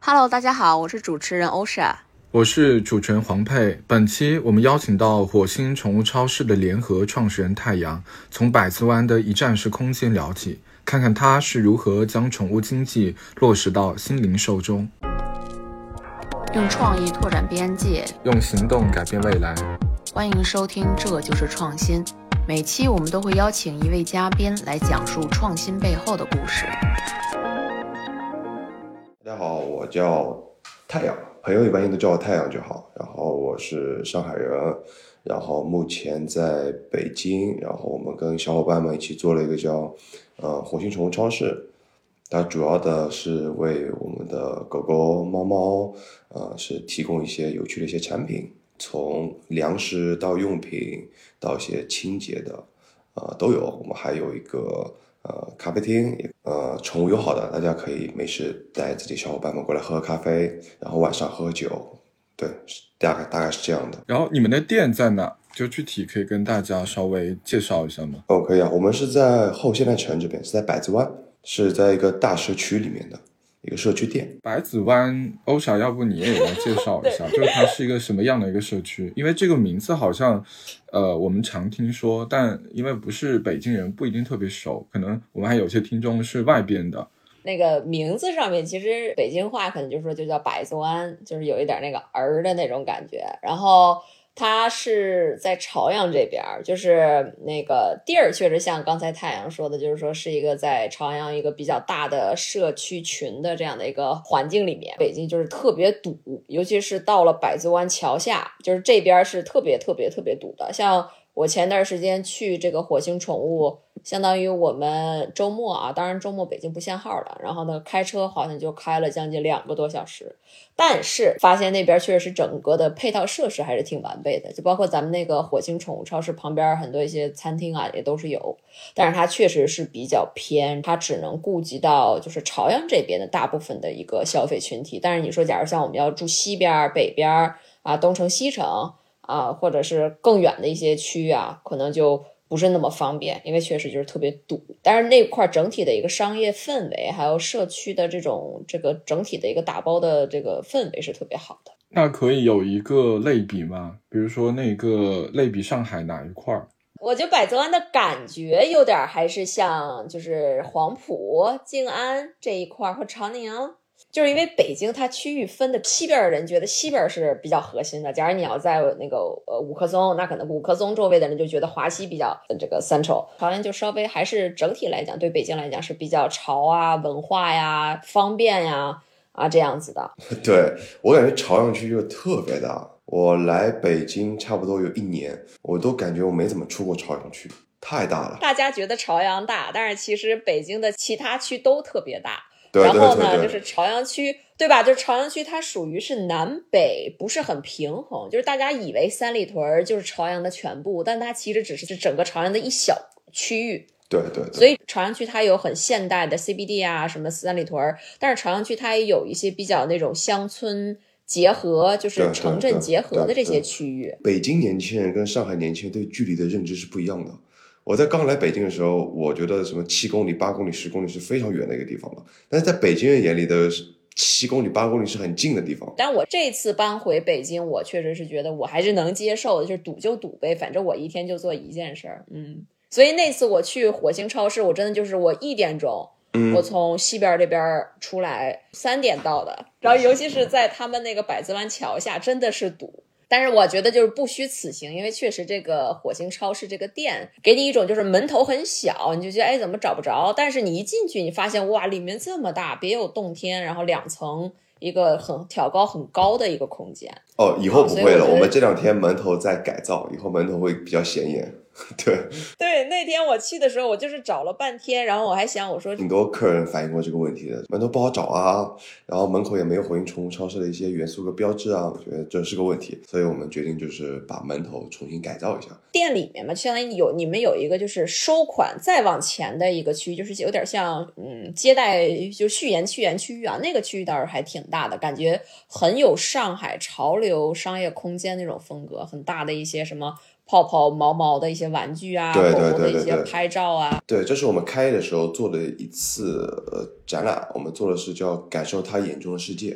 Hello， 大家好，我是主持人欧莎， 我是主持人黄佩。本期我们邀请到火星宠物超市的联合创始人太阳，从百子湾的一站式空间聊起，看看他是如何将宠物经济落实到新零售中， 用创意拓展边界， 用行动改变未来。 欢迎收听这就是创新。每期我们都会邀请一位嘉宾来讲述创新背后的故事。 大家好，我叫太阳，朋友一般都叫我太阳就好。然后我是上海人，然后目前在北京，然后我们跟小伙伴们一起做了一个叫火星宠物超市。它主要的是为我们的狗狗、猫猫是提供一些有趣的一些产品，从粮食到用品到一些清洁的都有。我们还有一个咖啡厅，宠物友好的，大家可以没事带自己小伙伴们过来喝喝咖啡，然后晚上喝喝酒。对，大概是这样的。 然后你们的店在哪？就具体可以跟大家稍微介绍一下吗？ 可以啊，我们是在后现代城这边，是在百子湾，是在一个大社区里面的一个社区店。 百子湾，欧莎，要不你也来介绍一下，就是它是一个什么样的一个社区？因为这个名字好像，我们常听说，但因为不是北京人，不一定特别熟，可能我们还有些听众是外边的。 那个名字上面，其实北京话可能就说就叫百子湾，就是有一点那个儿的那种感觉。然后它是在朝阳这边，就是那个地儿确实像刚才太阳说的，就是说是一个在朝阳一个比较大的社区群的这样的一个环境里面。北京就是特别堵，尤其是到了百子湾桥下，就是这边是特别堵的。像我前段时间去这个火星宠物，相当于我们周末啊，当然周末北京不限号了，然后呢开车好像就开了将近2个多小时，但是发现那边确实整个的配套设施还是挺完备的，就包括咱们那个火星宠物超市旁边很多一些餐厅啊也都是有，但是它确实是比较偏，它只能顾及到就是朝阳这边的大部分的一个消费群体。但是你说假如像我们要住西边、北边啊、东城、西城啊，或者是更远的一些区域啊，可能就不是那么方便，因为确实就是特别堵。但是那块整体的一个商业氛围，还有社区的这个整体的一个打包的这个氛围是特别好的。 那可以有一个类比吗？比如说那个类比上海哪一块？ 我觉得百子湾的感觉有点还是像就是黄埔、静安这一块和长宁。就是因为北京它区域分的，西边的人觉得西边是比较核心的，假如你要在那个五棵松，那可能五棵松周围的人就觉得华西比较这个 central， 朝阳就稍微还是整体来讲对北京来讲是比较潮啊、文化呀、方便呀这样子的。 对，我感觉朝阳区就特别大，我来北京差不多有1年，我都感觉我没怎么出过朝阳区，太大了。 大家觉得朝阳大，但是其实北京的其他区都特别大。 对， 然后呢，就是朝阳区，对吧？就是朝阳区，它属于是南北不是很平衡，就是大家以为三里屯就是朝阳的全部，但它其实只是整个朝阳的一小区域。 对， 所以朝阳区它有很现代的 CBD 啊，什么三里屯，但是朝阳区它也有一些比较那种乡村结合，就是城镇结合的这些区域。 北京年轻人跟上海年轻人对距离的认知是不一样的。我在刚来北京的时候，我觉得什么7公里、8公里、10公里是非常远的一个地方了，但是在北京人眼里的7公里、8公里是很近的地方。 但我这次搬回北京，我确实是觉得我还是能接受的，就是堵就堵呗，反正我一天就做一件事儿。所以那次我去火星超市，我真的就是我1点钟，我从西边这边出来，3点到的，然后尤其是在他们那个百子湾桥下，真的是堵。但是我觉得就是不虚此行，因为确实这个火星超市这个店给你一种就是门头很小，你就觉得怎么找不着，但是你一进去你发现哇里面这么大，别有洞天，然后2层一个挑高很高的一个空间。 以后不会了，我们这2天门头在改造，以后门头会比较显眼。 对，那天我去的时候我就是找了半天，然后我还想我说挺多客人反映过这个问题的，门头不好找啊，然后门口也没有火星宠物超市的一些元素和标志啊，我觉得这是个问题，所以我们决定就是把门头重新改造一下。 店里面嘛，相当于你们有一个就是收款再往前的一个区域，就是有点像接待就续延区域啊，那个区域倒是还挺大的，感觉很有上海潮流商业空间那种风格，很大的一些什么泡泡毛毛的一些玩具啊， 对的一些拍照啊。 对，这是我们开业的时候做的一次展览，我们做的是叫感受他眼中的世界。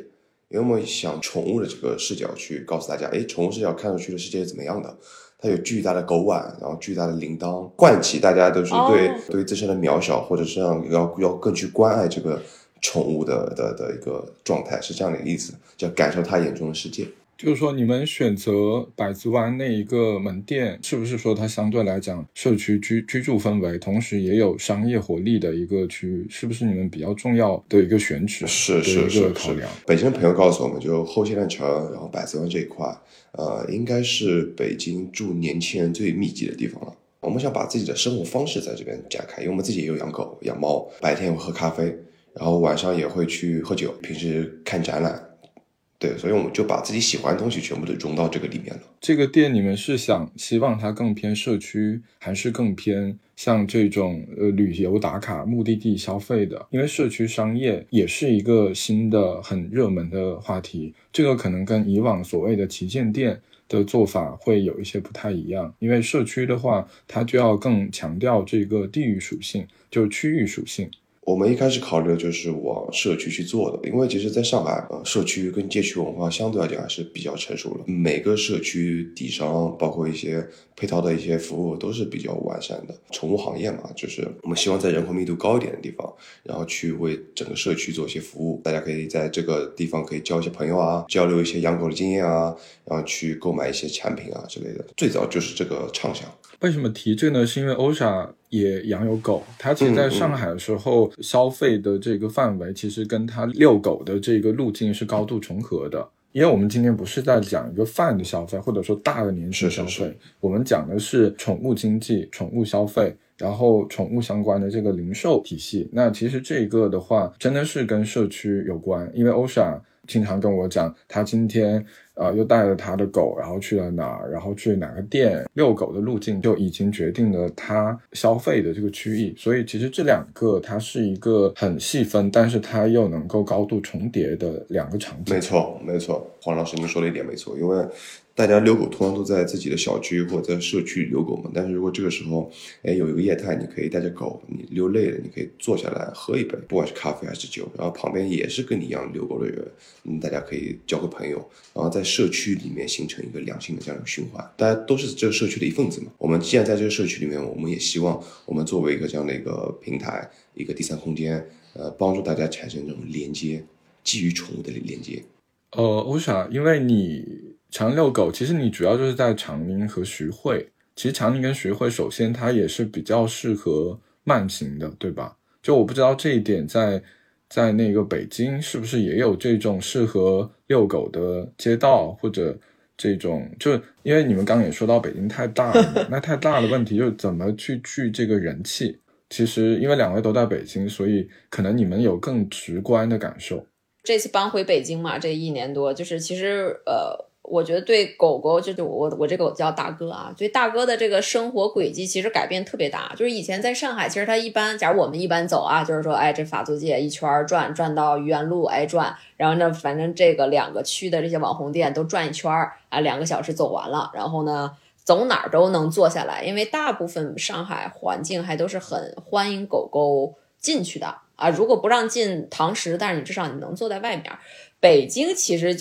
因为我们想宠物的这个视角去告诉大家，宠物视角看出去的世界是怎么样的。它有巨大的狗碗，然后巨大的铃铛，唤起大家都是对自身的渺小，或者是要更去关爱这个宠物的一个状态，是这样的一个意思，叫感受它眼中的世界。 就是说你们选择百子湾那一个门店，是不是说它相对来讲社区居住氛围，同时也有商业活力的一个区域，是不是你们比较重要的一个选址的一个考量？ 北京的朋友告诉我们，就后现代城，然后百子湾这一块应该是北京住年轻人最密集的地方了。我们想把自己的生活方式在这边展开，因为我们自己也有养狗养猫，白天也会喝咖啡，然后晚上也会去喝酒，平时看展览。对，所以我们就把自己喜欢的东西全部都融到这个里面了。 这个店你们是希望它更偏社区，还是更偏像这种旅游打卡目的地消费的？因为社区商业也是一个新的很热门的话题，这个可能跟以往所谓的旗舰店的做法会有一些不太一样。因为社区的话，它就要更强调这个地域属性，就是区域属性。 我们一开始考虑的就是往社区去做的，因为其实在上海社区跟街区文化相对来讲还是比较成熟的，每个社区底商包括一些配套的一些服务都是比较完善的。宠物行业嘛，就是我们希望在人口密度高一点的地方，然后去为整个社区做一些服务，大家可以在这个地方可以交一些朋友啊，交流一些养狗的经验啊，然后去购买一些产品啊之类的，最早就是这个畅想。 为什么提这个呢？是因为欧莎也养有狗，他其实在上海的时候消费的这个范围其实跟他遛狗的这个路径是高度重合的。因为我们今天不是在讲一个泛的消费，或者说大的年轻消费，我们讲的是宠物经济、宠物消费，然后宠物相关的这个零售体系。那其实这个的话真的是跟社区有关，因为欧莎经常跟我讲他今天又带了他的狗，然后去了哪儿，然后去哪个店，遛狗的路径就已经决定了他消费的这个区域。所以其实这两个它是一个很细分，但是它又能够高度重叠的两个场景。 没错，黄老师您说的一点没错，因为大家遛狗通常都在自己的小区或者在社区遛狗嘛，但是如果这个时候有一个业态，你可以带着狗，你溜累了你可以坐下来喝一杯，不管是咖啡还是酒，然后旁边也是跟你一样遛狗的人，大家可以交个朋友，然后在社区里面形成一个良性的这样一个循环，大家都是这个社区的一份子嘛。我们既然在这个社区里面，我们也希望我们作为一个这样的一个平台，一个第三空间，帮助大家产生这种连接，基于宠物的连接。 欧莎，因为你常遛狗，其实你主要就是在长宁和徐汇。其实长宁跟徐汇首先它也是比较适合慢行的，对吧？就我不知道这一点在那个北京是不是也有这种适合遛狗的街道，或者这种，就因为你们刚刚也说到北京太大了那太大的问题就是怎么去聚这个人气。其实因为两位都在北京，所以可能你们有更直观的感受。 这次搬回北京嘛，这1年多，就是其实我觉得对狗狗，就是我这个狗叫大哥啊，对大哥的这个生活轨迹其实改变特别大。就是以前在上海，其实他一般，假如我们一般走啊，就是说，这法租界一圈转到愚园路，转，然后呢，反正这个2个区的这些网红店都转一圈2个小时走完了，然后呢，走哪儿都能坐下来，因为大部分上海环境还都是很欢迎狗狗进去的啊。如果不让进堂食，但是你至少你能坐在外面。北京其实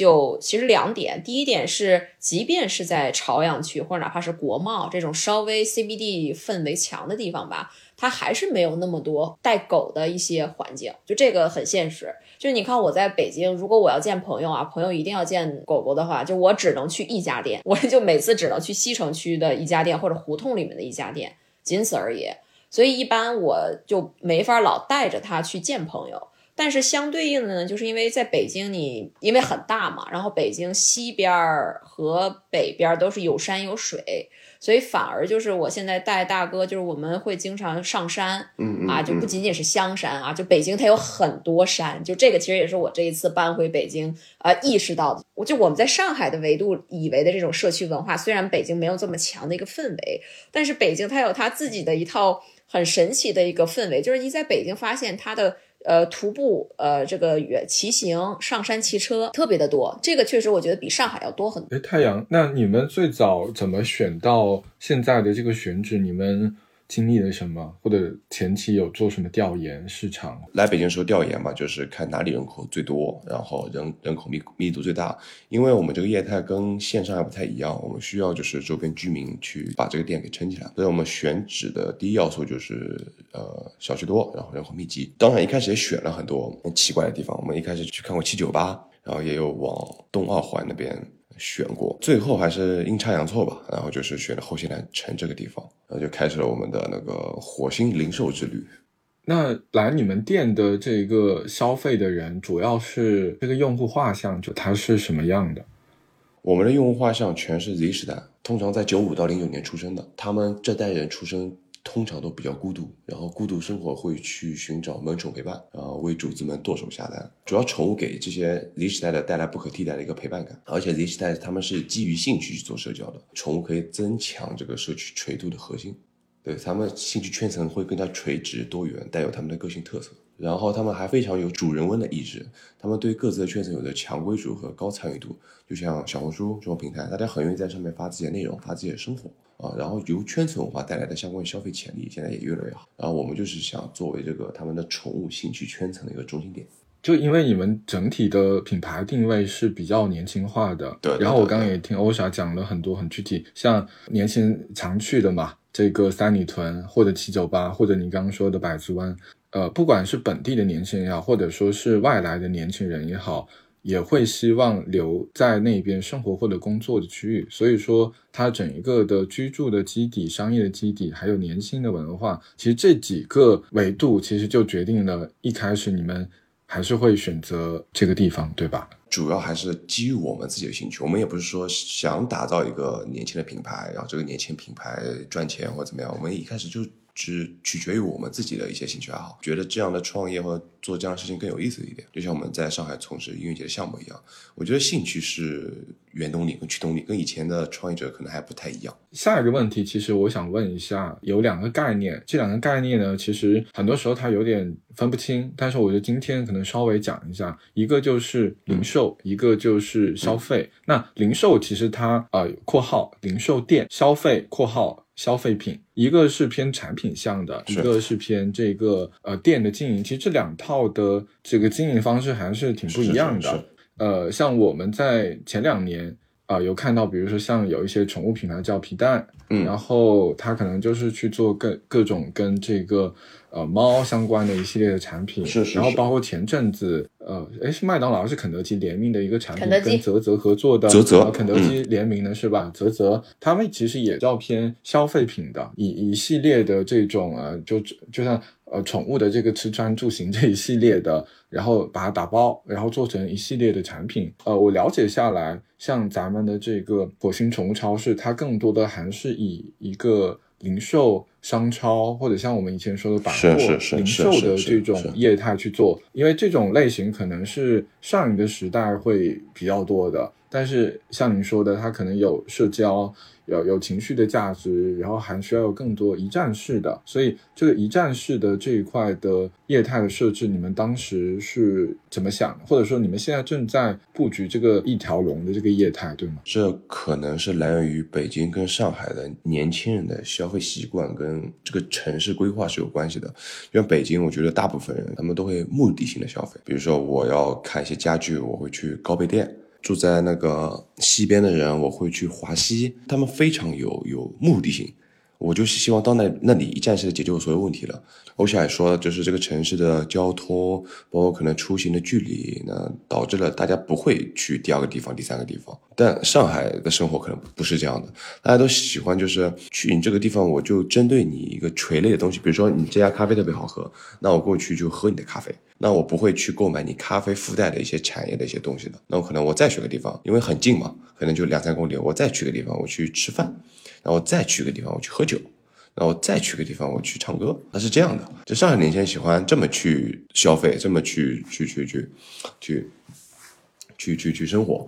2点，第一点是，即便是在朝阳区或者哪怕是国贸这种稍微 CBD 氛围强的地方吧，它还是没有那么多带狗的一些环境，就这个很现实。就你看我在北京，如果我要见朋友啊，朋友一定要见狗狗的话，就我只能去一家店，我就每次只能去西城区的一家店或者胡同里面的一家店，仅此而已。所以一般我就没法老带着它去见朋友。但是相对应的呢，就是因为在北京因为很大嘛，然后北京西边和北边都是有山有水，所以反而就是我现在带大哥，就是我们会经常上山，就不仅仅是香山啊，就北京它有很多山，就这个其实也是我这一次搬回北京意识到的。我们在上海的维度以为的这种社区文化，虽然北京没有这么强的一个氛围，但是北京它有它自己的一套很神奇的一个氛围，就是你在北京发现它的徒步这个骑行上山骑车特别的多，这个确实我觉得比上海要多很多。 太阳，那你们最早怎么选到现在的这个选址？你们经历了什么，或者前期有做什么调研市场？ 来北京的时候调研嘛，就是看哪里人口最多，然后人口密度最大。因为我们这个业态跟线上还不太一样，我们需要就是周边居民去把这个店给撑起来。所以我们选址的第一要素就是小区多，然后人口密集。当然一开始也选了很多很奇怪的地方，我们一开始去看过798，然后也有往东二环那边选过，最后还是阴差阳错吧，然后就是选了后溪南城这个地方，然后就开始了我们的那个火星零售之旅。 那来你们店的这个消费的人，主要是这个用户画像，就他是什么样的？ 我们的用户画像全是 Z 时代，通常在95到09年出生的，他们这代人出生通常都比较孤独，然后孤独生活会去寻找萌宠陪伴，然后为主子们剁手下单。主要宠物给这些 Z 时代的带来不可替代的一个陪伴感，而且 Z 时代他们是基于兴趣去做社交的，宠物可以增强这个社区垂度的核心。对，他们兴趣圈层会更加垂直多元，带有他们的个性特色。然后他们还非常有主人翁的意识，他们对各自的圈层有着强归属和高参与度。就像小红书这种平台，大家很愿意在上面发自己的内容，发自己的生活啊。然后由圈层文化带来的相关消费潜力现在也越来越好。然后我们就是想作为这个他们的宠物兴趣圈层的一个中心点。 就因为你们整体的品牌定位是比较年轻化的， 对。 然后我刚刚也听欧莎讲了很多很具体，像年轻人常去的嘛，这个三里屯或者798，或者你刚刚说的百子湾，不管是本地的年轻人也好，或者说是外来的年轻人也好，也会希望留在那边生活或者工作的区域。所以说它整一个的居住的基底、商业的基底还有年轻的文化，其实这几个维度其实就决定了一开始你们还是会选择这个地方，对吧？ 主要还是基于我们自己的兴趣，我们也不是说想打造一个年轻的品牌，然后这个年轻品牌赚钱或怎么样，我们一开始就只取决于我们自己的一些兴趣爱好，觉得这样的创业或者做这样的事情更有意思一点。就像我们在上海从事音乐节的项目一样，我觉得兴趣是原动力跟驱动力，跟以前的创业者可能还不太一样。 下一个问题，其实我想问一下，有两个概念，这两个概念呢，其实很多时候它有点分不清，但是我觉得今天可能稍微讲一下，一个就是零售，一个就是消费。那零售其实它括号零售店，消费括号消费品，一个是偏产品向的，一个是偏这个店的经营。其实这两套的这个经营方式还是挺不一样的。像我们在前2年有看到，比如说像有一些宠物品牌叫皮蛋，然后它可能就是去做各种跟这个猫相关的一系列的产品，然后包括前阵子是麦当劳是肯德基联名的一个产品，跟泽泽合作的肯德基联名的是吧？泽泽他们其实也叫偏消费品的，一系列的这种就像宠物的这个吃穿住行这一系列的，然后把它打包，然后做成一系列的产品。我了解下来，像咱们的这个火星宠物超市，它更多的还是以一个零售商超，或者像我们以前说的百货零售的这种业态去做，因为这种类型可能是上一个时代会比较多的，但是像您说的，它可能有社交，有情绪的价值，然后还需要有更多一站式的，所以这个一站式的这一块的业态的设置，你们当时是怎么想的？或者说你们现在正在布局这个一条龙的这个业态，对吗？ 这可能是来源于北京跟上海的年轻人的消费习惯跟这个城市规划是有关系的。因为北京我觉得大部分人他们都会目的性的消费，比如说我要看一些家具，我会去高碑店，住在那个西边的人我会去华西，他们非常有目的性，我就是希望到那里一站式的解决我所有问题了。欧夏也说，就是这个城市的交通，包括可能出行的距离，那导致了大家不会去第2个地方、第3个地方。但上海的生活可能不是这样的，大家都喜欢就是去你这个地方，我就针对你一个垂类的东西，比如说你这家咖啡特别好喝，那我过去就喝你的咖啡，那我不会去购买你咖啡附带的一些产业的一些东西的。那我可能我再去个地方，因为很近嘛，可能就2-3公里，我再去个地方我去吃饭，然后我再去个地方我去喝酒，然后再去个地方我去唱歌，它是这样的。就上海年轻人喜欢这么去消费，这么去生活。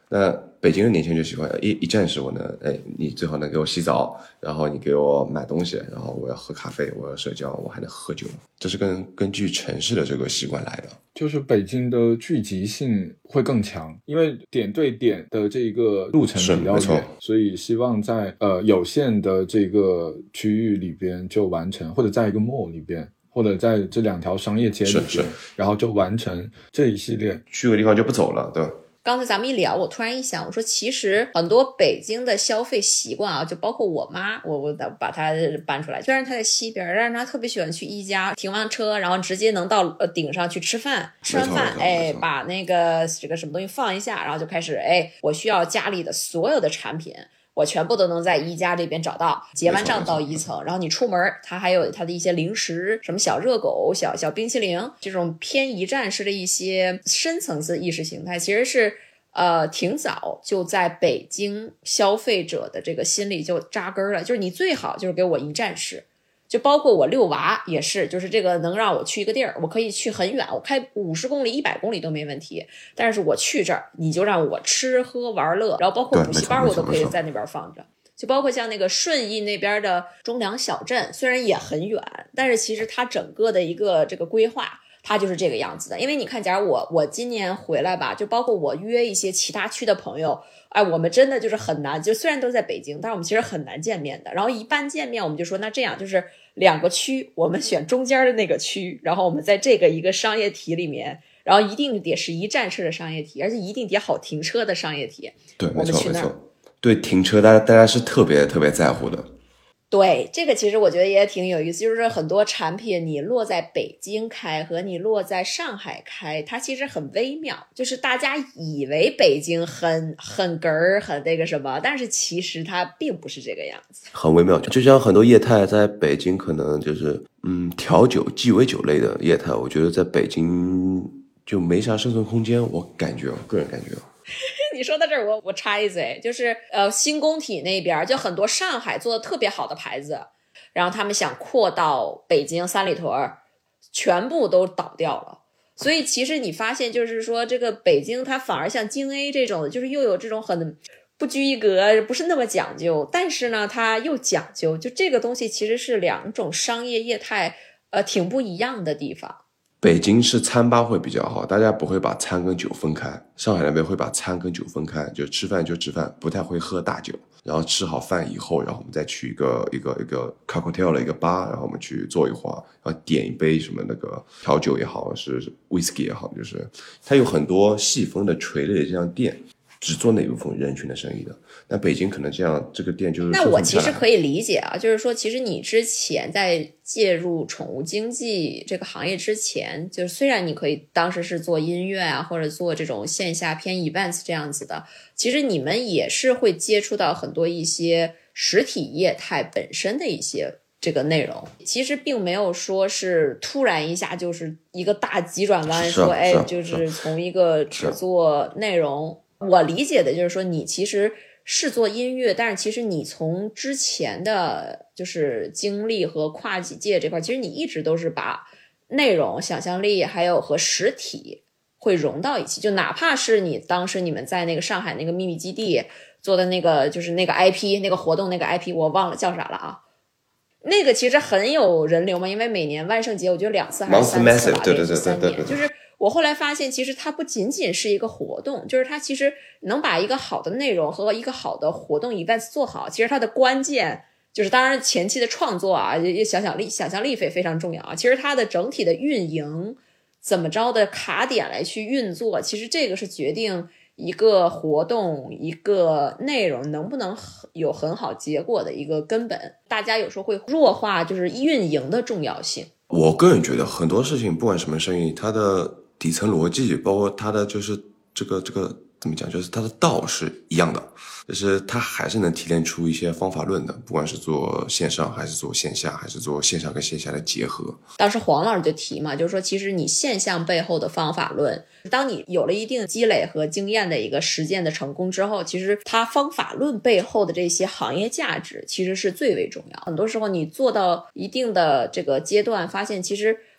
那北京的年轻人就喜欢一站式，我能你最好能给我洗澡，然后你给我买东西，然后我要喝咖啡，我要社交，我还能喝酒，这是根据城市的这个习惯来的。 就是北京的聚集性会更强，因为点对点的这个路程比较远，所以希望在有限的这个区域里边就完成，或者在一个 mall 里边，或者在这2条商业街里边，然后就完成这一系列。 去个地方就不走了，对吧？ 刚才咱们一聊，我突然一想，我说其实很多北京的消费习惯啊，就包括我妈，我把她搬出来，虽然她在西边，但是她特别喜欢去一家，停完车然后直接能到顶上去吃饭，吃完饭把那个这个什么东西放一下，然后就开始我需要家里的所有的产品我全部都能在宜家这边找到，结完账到1层，然后你出门它还有它的一些零食，什么小热狗、小冰淇淋，这种偏一站式的一些深层次意识形态，其实是挺早就在北京消费者的这个心里就扎根了，就是你最好就是给我一站式。就包括我遛娃也是，就是这个能让我去一个地儿，我可以去很远，我开50公里100公里都没问题，但是我去这儿你就让我吃喝玩乐，然后包括补习班我都可以在那边放着，就包括像那个顺义那边的中粮小镇，虽然也很远，但是其实它整个的一个这个规划它就是这个样子的。因为你看假如我今年回来吧，就包括我约一些其他区的朋友，我们真的就是很难，就虽然都在北京，但是我们其实很难见面的，然后一般见面我们就说那这样就是2个区，我们选中间的那个区，然后我们在这个一个商业体里面，然后一定得是一站式的商业体，而且一定得好停车的商业体。 对， 我们去那儿， 对停车大家是特别特别在乎的。 对，这个其实我觉得也挺有意思，就是很多产品你落在北京开和你落在上海开，它其实很微妙，就是大家以为北京很哏儿很那个什么，但是其实它并不是这个样子， 很微妙。就像很多业态在北京可能就是调酒鸡尾酒类的业态，我觉得在北京就没啥生存空间，我个人感觉。 你说到这儿，我插一嘴，就是新工体那边就很多上海做的特别好的牌子，然后他们想扩到北京三里屯，全部都倒掉了。所以其实你发现就是说这个北京它反而像京 A 这种，就是又有这种很不拘一格，不是那么讲究，但是呢它又讲究，就这个东西其实是2种商业业态挺不一样的地方。 北京是餐吧会比较好，大家不会把餐跟酒分开，上海那边会把餐跟酒分开，就吃饭就吃饭，不太会喝大酒，然后吃好饭以后，然后我们再去一个 cocktail 的一个吧，然后我们去坐一会儿，然后点一杯什么那个调酒也好，是 whisky 也好，就是它有很多细分的垂类的这样店，只做那部分人群的生意的。那北京可能这样，这个店就是那我其实可以理解啊，就是说其实你之前在介入宠物经济这个行业之前，就是虽然你可以当时是做音乐啊，或者做这种线下偏 events 这样子的，其实你们也是会接触到很多一些实体业态本身的一些这个内容，其实并没有说是突然一下就是一个大急转弯，说就是从一个只做内容，我理解的就是说你其实是做音乐，但是其实你从之前的就是经历和跨几届这块，其实你一直都是把内容、想象力还有和实体会融到一起，就哪怕是你当时你们在那个上海那个秘密基地做的那个就是那个 IP 那个活动那个 IP 我忘了叫啥了啊，那个其实很有人流嘛，因为每年万圣节我觉得2次还是3次吧，连续3年，就是我后来发现其实它不仅仅是一个活动，就是它其实能把一个好的内容和一个好的活动 events 做好，其实它的关键就是当然前期的创作啊，想象力非常重要啊，其实它的整体的运营怎么着的卡点来去运作，其实这个是决定一个活动一个内容能不能有很好结果的一个根本，大家有时候会弱化就是运营的重要性。 我个人觉得很多事情不管什么生意，它的底层逻辑包括它的就是这个怎么讲，就是它的道是一样的，就是它还是能提炼出一些方法论的，不管是做线上还是做线下，还是做线上跟线下的结合。 当时黄老师就提嘛，就是说其实你现象背后的方法论，当你有了一定积累和经验的一个实践的成功之后，其实它方法论背后的这些行业价值其实是最为重要。很多时候你做到一定的这个阶段，发现其实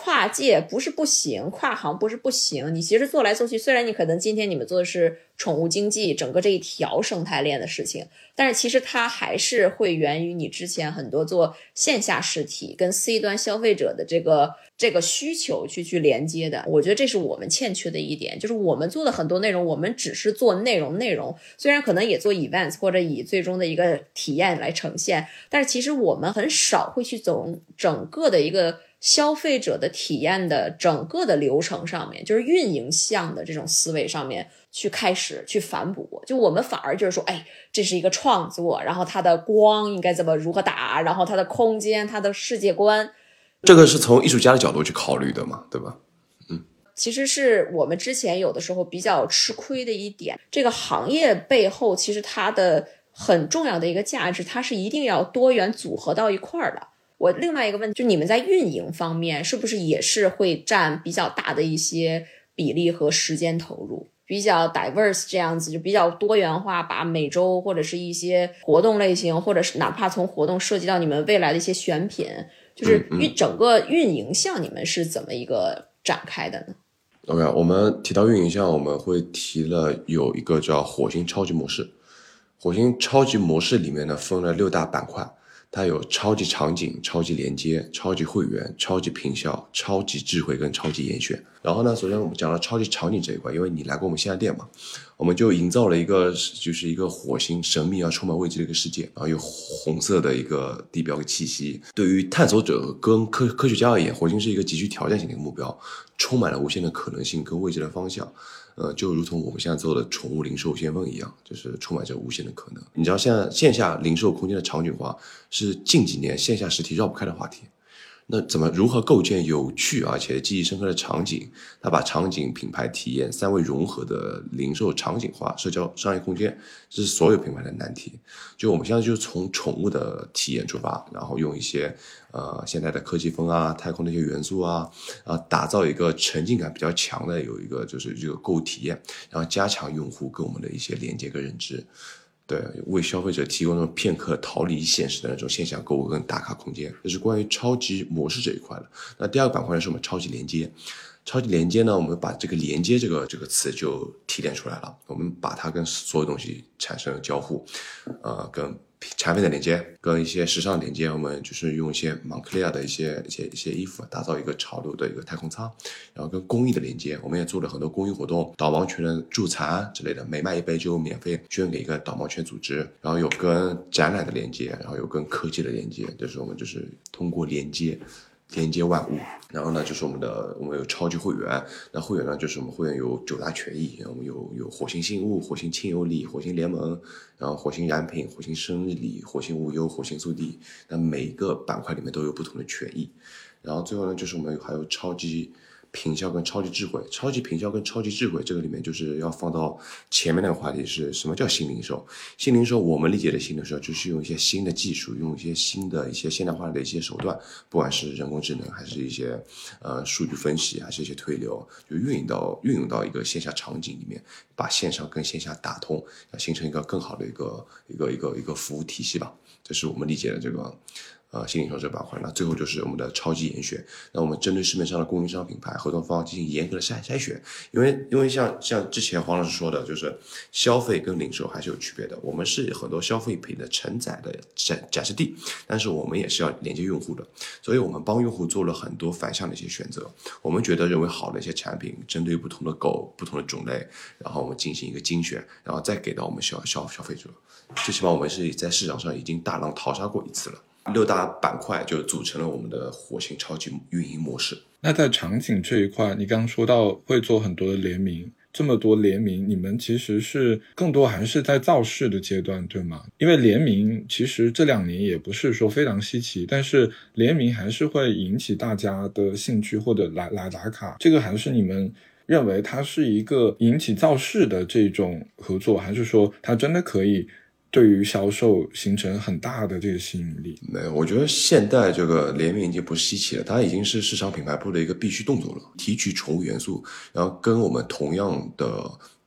跨界不是不行，跨行不是不行，你其实做来做去，虽然你可能今天你们做的是宠物经济整个这一条生态链的事情，但是其实它还是会源于你之前很多做线下实体跟 C 端消费者的这个需求去连接的。我觉得这是我们欠缺的一点，就是我们做的很多内容，我们只是做内容，虽然可能也做 events 或者以最终的一个体验来呈现，但是其实我们很少会去走整个的一个消费者的体验的整个的流程上面，就是运营项的这种思维上面去开始去反哺。就我们反而就是说，这是一个创作，然后它的光应该如何打，然后它的空间，它的世界观， 这个是从艺术家的角度去考虑的嘛，对吧？ 其实是我们之前有的时候比较吃亏的一点。这个行业背后其实它的很重要的一个价值，它是一定要多元组合到一块儿的。我另外一个问题，就你们在运营方面是不是也是会占比较大的一些比例和时间投入，比较 diverse 这样子，就比较多元化，把每周或者是一些活动类型，或者是哪怕从活动涉及到你们未来的一些选品，就是整个运营项你们是怎么一个展开的呢？ OK， 我们提到运营项，我们会提了有一个叫火星超级模式。火星超级模式里面呢分了6大板块，它有超级场景、超级连接、超级会员、超级平效、超级智慧跟超级严选。然后呢，首先我们讲到超级场景这一块，因为你来过我们线下店嘛，我们就营造了一个就是一个火星神秘充满未知的一个世界，然后有红色的一个地标的气息。对于探索者跟科学家而言，火星是一个极具挑战性的一个目标，充满了无限的可能性跟未知的方向。就如同我们现在做的宠物零售先锋一样，就是充满着无限的可能。你知道现在线下零售空间的场景化是近几年线下实体绕不开的话题。那如何构建有趣而且记忆深刻的场景？它把场景、品牌体验3位融合的零售场景化社交商业空间，这是所有品牌的难题。就我们现在就从宠物的体验出发，然后用一些现在的科技风啊、太空的一些元素啊，打造一个沉浸感比较强的有一个就是这个购物体验，然后加强用户跟我们的一些连接跟认知。对，为消费者提供那种片刻逃离现实的那种线下购物跟打卡空间，这是关于超级模式这一块的。那第二个板块呢，是我们超级连接。超级连接呢，我们把这个连接这个词就提炼出来了，我们把它跟所有东西产生交互，跟产品的连接，跟一些时尚的连接，我们就是用一些 Moncler 的一些衣服，打造一个潮流的一个太空舱，然后跟公益的连接，我们也做了很多公益活动，导盲犬的助残之类的，每卖1杯就免费捐给一个导盲犬组织，然后有跟展览的连接，然后有跟科技的连接，就是我们就是通过连接万物。然后呢，就是我们有超级会员，那会员呢，就是我们会员有9大权益，我们有火星信物、火星亲友礼、火星联盟，然后火星燃品、火星生日礼、火星无忧、火星速递，那每一个板块里面都有不同的权益。然后最后呢，就是我们还有超级平效跟超级智慧。超级平效跟超级智慧这个里面就是要放到前面那个话题，是什么叫新零售？新零售我们理解的新零售就是用一些新的技术，用一些新的一些现代化的一些手段，不管是人工智能还是一些数据分析，还是一些推流，就运用到一个线下场景里面，把线上跟线下打通，要形成一个更好的一个服务体系吧。这是我们理解的这个新零售这个板块。那最后就是我们的超级严选，那我们针对市面上的供应商品牌合作方进行严格的筛选，因为像之前黄老师说的，就是消费跟零售还是有区别的，我们是很多消费品的承载的展示地，但是我们也是要连接用户的，所以我们帮用户做了很多反向的一些选择，我们认为好的一些产品，针对不同的狗不同的种类，然后我们进行一个精选，然后再给到我们消费者，最起码我们是在市场上已经大浪淘沙过一次了。6大板块就组成了我们的火星超级运营模式。 那在场景这一块，你刚刚说到会做很多的联名，这么多联名，你们其实是更多还是在造势的阶段，对吗？因为联名其实这2年也不是说非常稀奇，但是联名还是会引起大家的兴趣或者来打卡，这个还是你们认为它是一个引起造势的这种合作，还是说它真的可以对于销售形成很大的这个吸引力？ 没有，我觉得现在这个联名已经不是稀奇了，它已经是市场品牌部的一个必须动作了。提取宠物元素，然后跟我们同样的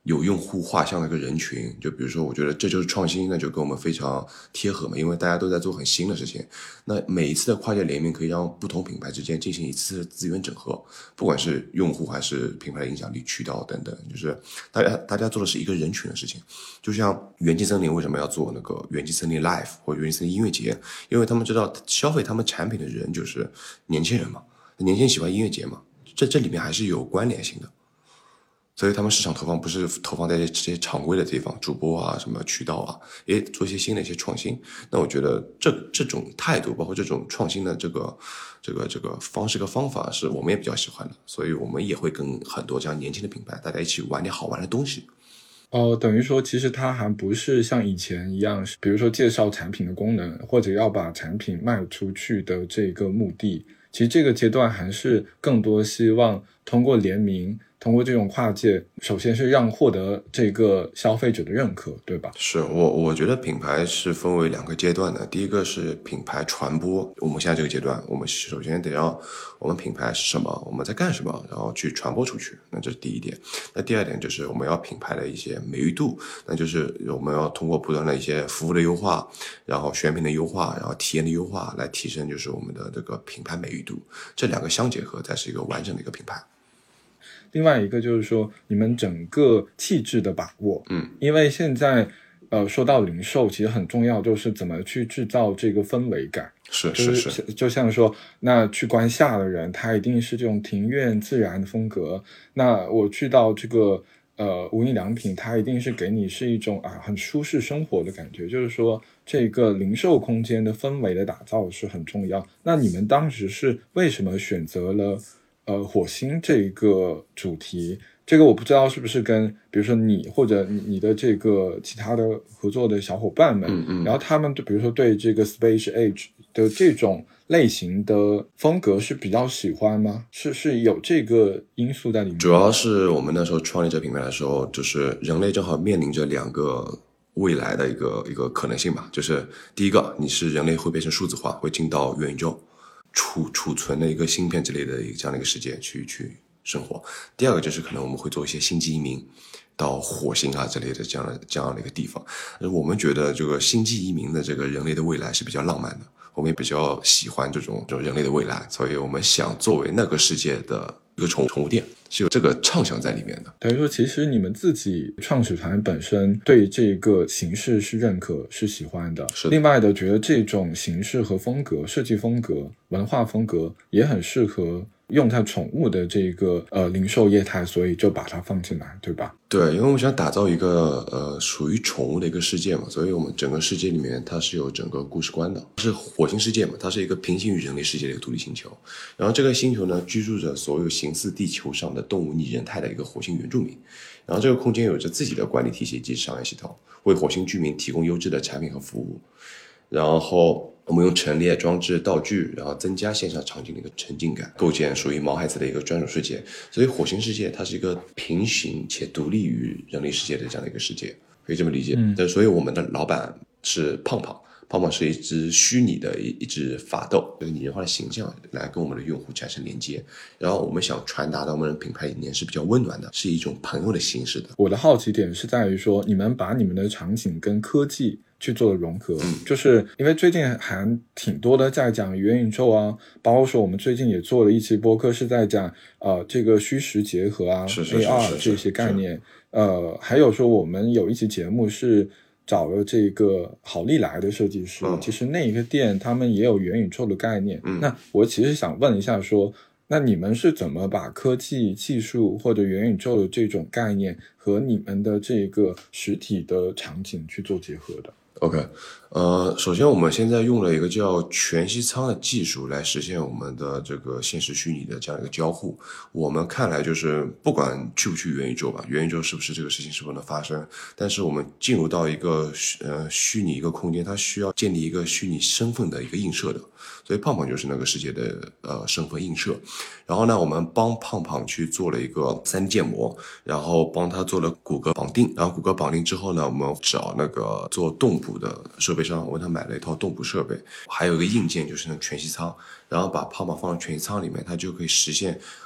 有用户画像的一个人群，就比如说我觉得这就是创新，那就跟我们非常贴合嘛，因为大家都在做很新的事情。那每一次的跨界联名可以让不同品牌之间进行一次的资源整合，不管是用户还是品牌的影响力、渠道等等，就是大家做的是一个人群的事情。就像元气森林为什么要做那个元气森林 Live 或者元气森林音乐节，因为他们知道消费他们产品的人就是年轻人嘛，年轻人喜欢音乐节嘛，这里面还是有关联性的。所以他们市场投放不是投放在这些常规的地方，主播啊，什么渠道啊，也做一些新的一些创新。那我觉得这种态度，包括这种创新的这个方式和方法，是我们也比较喜欢的。所以我们也会跟很多这样年轻的品牌，大家一起玩点好玩的东西。 等于说其实它还不是像以前一样，比如说介绍产品的功能，或者要把产品卖出去的这个目的。其实这个阶段还是更多希望通过联名，通过这种跨界，首先是让获得这个消费者的认可，对吧？ 是，我觉得品牌是分为2个阶段的。第一个是品牌传播，我们现在这个阶段，我们首先得让我们品牌是什么，我们在干什么，然后去传播出去，那这是第一点。那第二点就是我们要品牌的一些美誉度，那就是我们要通过不断的一些服务的优化，然后选品的优化，然后体验的优化，来提升就是我们的这个品牌美誉度。这2个相结合，才是一个完整的一个品牌。 另外一个就是说你们整个气质的把握，因为现在说到零售其实很重要，就是怎么去制造这个氛围感。 是， 就像说那去关夏的人他一定是这种庭院自然的风格，那我去到这个无印良品，它一定是给你是一种很舒适生活的感觉，就是说这个零售空间的氛围的打造是很重要。那你们当时是为什么选择了火星这个主题？这个我不知道是不是跟比如说你或者你的这个其他的合作的小伙伴们，然后他们比如说对这个 Space Age 的这种类型的风格是比较喜欢吗？是有这个因素在里面？ 主要是我们那时候创立这品牌的时候，就是人类正好面临着2个未来的一个可能性吧。就是第一个，你是人类会变成数字化，会进到元宇宙储存的一个芯片之类的这样的一个世界去生活。第二个就是可能我们会做一些星际移民到火星啊之类的这样的一个地方。我们觉得这个星际移民的这个人类的未来是比较浪漫的，我们也比较喜欢这种人类的未来，所以我们想作为那个世界的一个宠物店，是有这个畅想在里面的。 等于说其实你们自己创始团本身对这个形式是认可是喜欢的，另外的觉得这种形式和风格、设计风格、文化风格也很适合用在宠物的这个零售业态，所以就把它放进来，对吧？ 对，因为我们想打造一个属于宠物的一个世界嘛，所以我们整个世界里面它是有整个故事观的，是火星世界嘛，它是一个平行于人类世界的一个独立星球。然后这个星球呢，居住着所有形似地球上的动物拟人态的一个火星原住民。然后这个空间有着自己的管理体系及商业系统，为火星居民提供优质的产品和服务。然后我们用陈列装置道具，然后增加线上场景的一个沉浸感，构建属于毛孩子的一个专属世界。所以火星世界它是一个平行且独立于人类世界的这样的一个世界，可以这么理解。所以我们的老板是胖胖是一只虚拟的一只法斗，拟人化的形象来跟我们的用户产生连接。然后我们想传达的我们的品牌理念是比较温暖的，是一种朋友的形式的。 我的好奇点是在于说，你们把你们的场景跟科技去做了融合，就是因为最近还挺多的在讲元宇宙啊，包括说我们最近也做了一期播客是在讲这个虚实结合啊，AR 这些概念，还有说我们有一期节目是找了这个好利来的设计师，其实那一个店他们也有元宇宙的概念。那我其实想问一下说，那你们是怎么把科技技术或者元宇宙的这种概念和你们的这个实体的场景去做结合的？ OK， 首先我们现在用了一个叫全息舱的技术来实现我们的这个现实虚拟的这样一个交互。我们看来就是不管去不去元宇宙吧，元宇宙是不是这个事情是不是能发生，但是我们进入到一个虚拟一个空间，它需要建立一个虚拟身份的一个映射的，所以胖胖就是那个世界的身份映射。然后呢，我们帮胖胖去做了一个 3D 建模，然后帮他做了骨骼绑定，然后骨骼绑定之后呢，我们找那个做动捕的设备商，我问他买了一套动捕设备，还有一个硬件就是那个全息舱，然后把胖胖放到全息舱里面，它就可以实现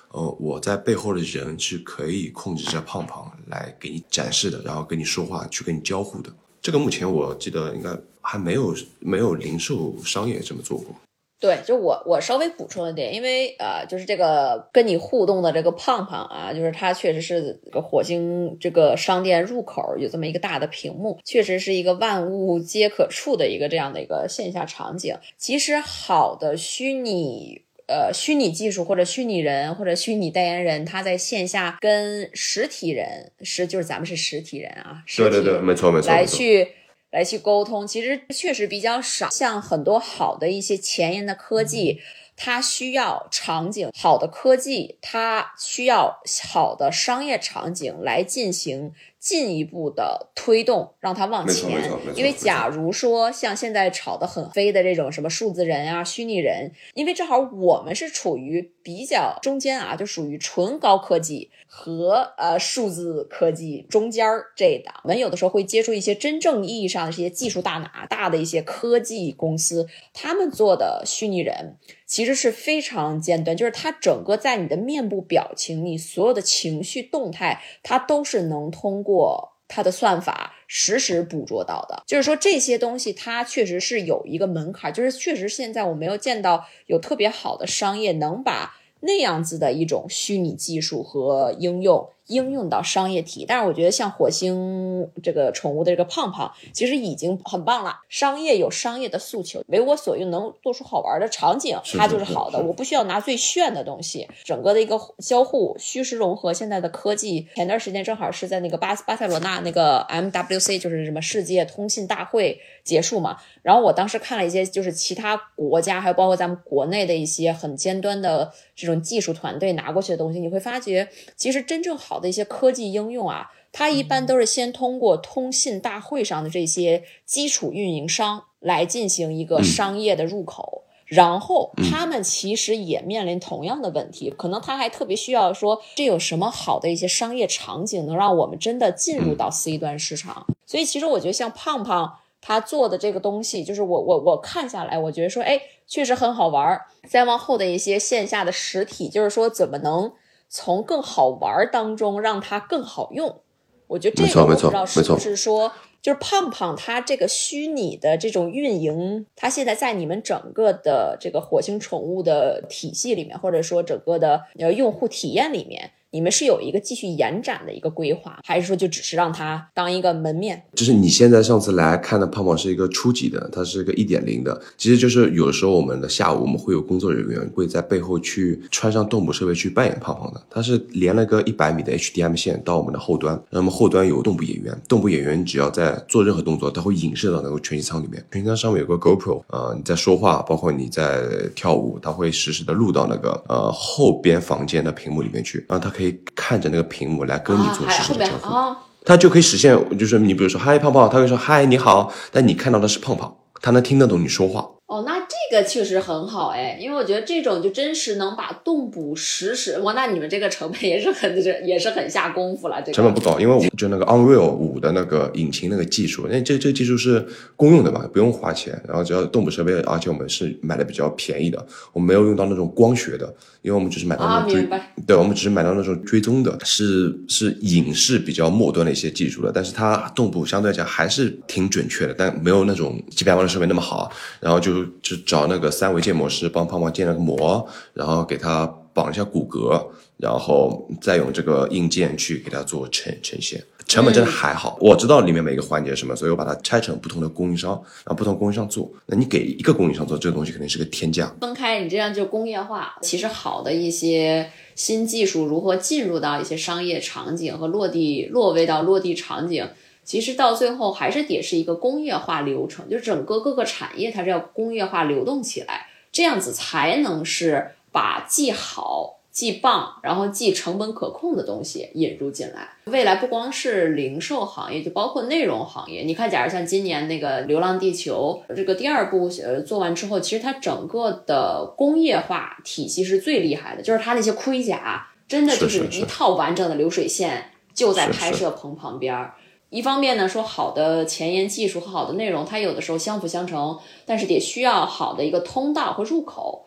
我在背后的人是可以控制着胖胖来给你展示的，然后跟你说话，去跟你交互的。这个目前我记得应该还没有零售商业这么做过。 对，就我稍微补充一点，因为就是这个跟你互动的这个胖胖啊，就是它确实是这个火星这个商店入口有这么一个大的屏幕，确实是一个万物皆可触的一个这样的一个线下场景。其实好的虚拟技术或者虚拟人或者虚拟代言人，他在线下跟实体人就是咱们是实体人啊， 对，没错来去沟通，其实确实比较少。像很多好的一些前沿的科技，它需要场景，好的科技它需要好的商业场景来进行进一步的推动，让它往前。因为假如说像现在炒得很飞的这种什么数字人啊、虚拟人，因为正好我们是处于比较中间啊，就属于纯高科技和数字科技中间这一档。我们有的时候会接触一些真正意义上的这些技术大的一些科技公司，他们做的虚拟人其实是非常尖端，就是它整个在你的面部表情，你所有的情绪动态，它都是能通过它的算法实时捕捉到的。就是说这些东西它确实是有一个门槛，就是确实现在我没有见到有特别好的商业能把那样子的一种虚拟技术和应用到商业体。但是我觉得像火星这个宠物的这个胖胖其实已经很棒了，商业有商业的诉求，为我所用，能做出好玩的场景，它就是好的。我不需要拿最炫的东西，整个的一个交互虚实融合现在的科技。前段时间正好是在那个巴塞罗那那个 MWC 就是什么世界通信大会结束嘛，然后我当时看了一些就是其他国家还有包括咱们国内的一些很尖端的这种技术团队拿过去的东西，你会发觉其实真正好的一些科技应用啊，它一般都是先通过通信大会上的这些基础运营商来进行一个商业的入口，然后他们其实也面临同样的问题，可能他还特别需要说这有什么好的一些商业场景能让我们真的进入到 C 端市场。所以其实我觉得像胖胖他做的这个东西，就是我看下来我觉得说确实很好玩。再往后的一些线下的实体，就是说怎么能从更好玩当中让它更好用。我觉得这个我不知道是不是说就是胖胖它这个虚拟的这种运营，它现在在你们整个的这个火星宠物的体系里面，或者说整个的用户体验里面，你们是有一个继续延展的一个规划，还是说就只是让它当一个门面？ 就是你现在上次来看的胖胖是一个初级的，它是个 1.0 的。其实就是有的时候我们的下午我们会有工作人员会在背后去穿上动捕设备去扮演胖胖的，它是连了个100米的 HDMI 线到我们的后端，那么后端有动捕演员，动捕演员只要在做任何动作，它会影射到那个全息舱里面，全息舱上面有个 GoPro，你在说话包括你在跳舞，它会实时的录到那个后边房间的屏幕里面去，然后它可以看着那个屏幕来跟你做实时的交互，它就可以实现，就是你比如说嗨胖胖，它会说嗨你好，但你看到的是胖胖，它能听得懂你说话。 那这个确实很好因为我觉得这种就真实能把动捕实时，那你们这个成本也是很下功夫了。这个成本不高，因为我就那个 Unreal 5的那个引擎那个技术，这个技术是公用的嘛，不用花钱，然后只要动捕设备，而且我们是买的比较便宜的，我们没有用到那种光学的，因为我们只是买到那种对，我们只是买到那种追踪的，是影视比较末端的一些技术的，但是它动捕相对来讲还是挺准确的，但没有那种几百万的设备那么好，然后就找那个3维建模师帮胖胖建了个模，然后给他绑一下骨骼，然后再用这个硬件去给他做呈现，成本真的还好。我知道里面每一个环节是什么，所以我把它拆成不同的供应商，然后不同供应商做。那你给一个供应商做这个东西肯定是个天价。 分开你这样就工业化，其实好的一些新技术如何进入到一些商业场景和落位到落地场景，其实到最后还是得是一个工业化流程，就整个各个产业它是要工业化流动起来，这样子才能是把既好既棒然后既成本可控的东西引入进来。未来不光是零售行业，就包括内容行业，你看假如像今年那个流浪地球这个第2部做完之后，其实它整个的工业化体系是最厉害的，就是它那些盔甲真的就是一套完整的流水线就在拍摄棚旁边。一方面呢，说好的前沿技术和好的内容它有的时候相辅相成，但是得需要好的一个通道和入口，